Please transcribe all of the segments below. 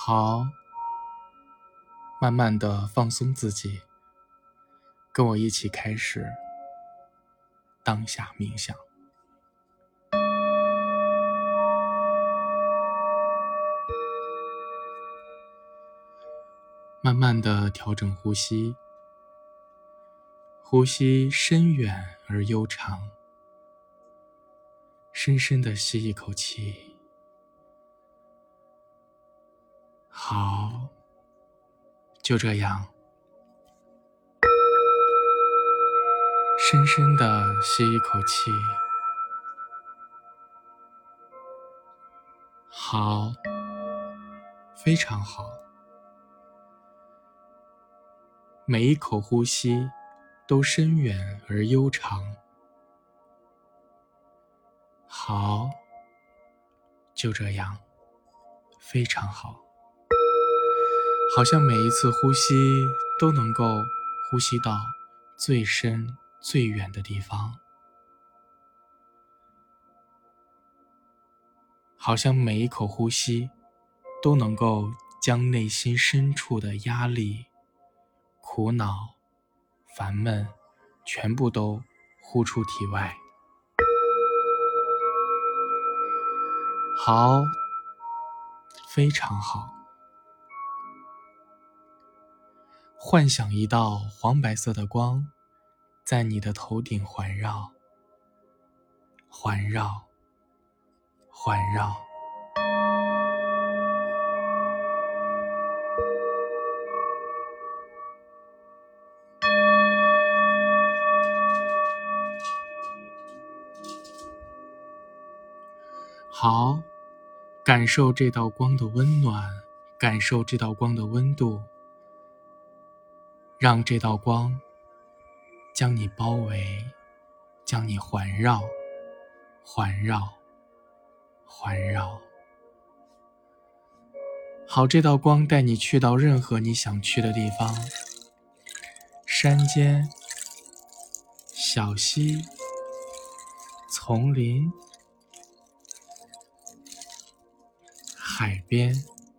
好，慢慢的放松自己，跟我一起开始当下冥想。慢慢的调整呼吸，呼吸深远而悠长，深深的吸一口气。好，就这样，深深的吸一口气。好，非常好。每一口呼吸都深远而悠长。好，就这样，非常好。好像每一次呼吸都能够呼吸到最深最远的地方，好像每一口呼吸都能够将内心深处的压力、苦恼、烦闷全部都呼出体外。好，非常好。幻想一道黄白色的光在你的头顶环绕，环绕，环绕。好，感受这道光的温暖，感受这道光的温度，让这道光将你包围，将你环绕，环绕，环绕。好，这道光带你去到任何你想去的地方，山间、小溪、丛林、海边、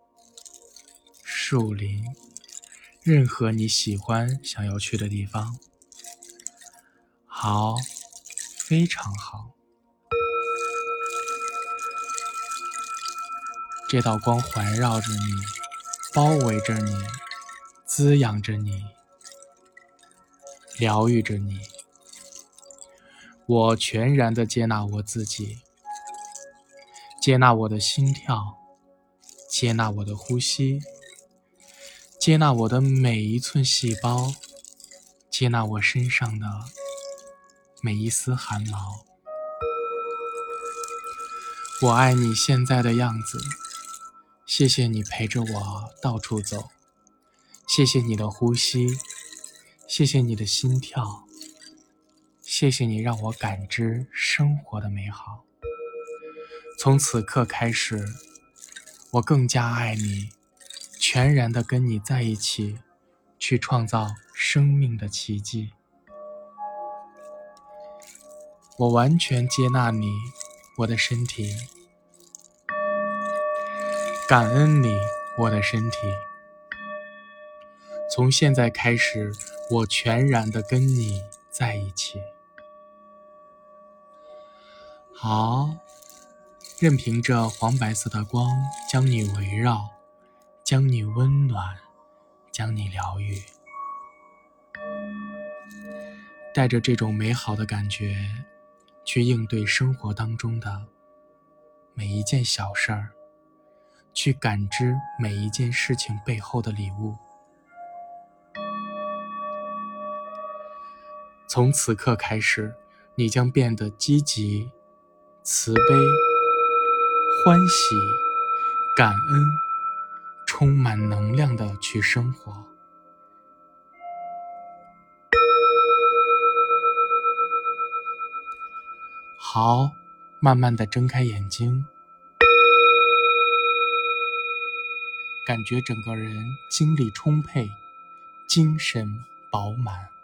树林，任何你喜欢想要去的地方。好，非常好。这道光环绕着你，包围着你，滋养着你，疗愈着你。我全然的接纳我自己，接纳我的心跳，接纳我的呼吸，接纳我的每一寸细胞，接纳我身上的每一丝汗毛。我爱你现在的样子，谢谢你陪着我到处走，谢谢你的呼吸，谢谢你的心跳，谢谢你让我感知生活的美好。从此刻开始，我更加爱你，全然的跟你在一起，去创造生命的奇迹。我完全接纳你，我的身体，感恩你，我的身体。从现在开始，我全然的跟你在一起。好，任凭这黄白色的光将你围绕，将你温暖，将你疗愈。带着这种美好的感觉，去应对生活当中的每一件小事儿，去感知每一件事情背后的礼物。从此刻开始，你将变得积极、慈悲、欢喜、感恩，充满能量的去生活。好，慢慢的睁开眼睛，感觉整个人精力充沛，精神饱满。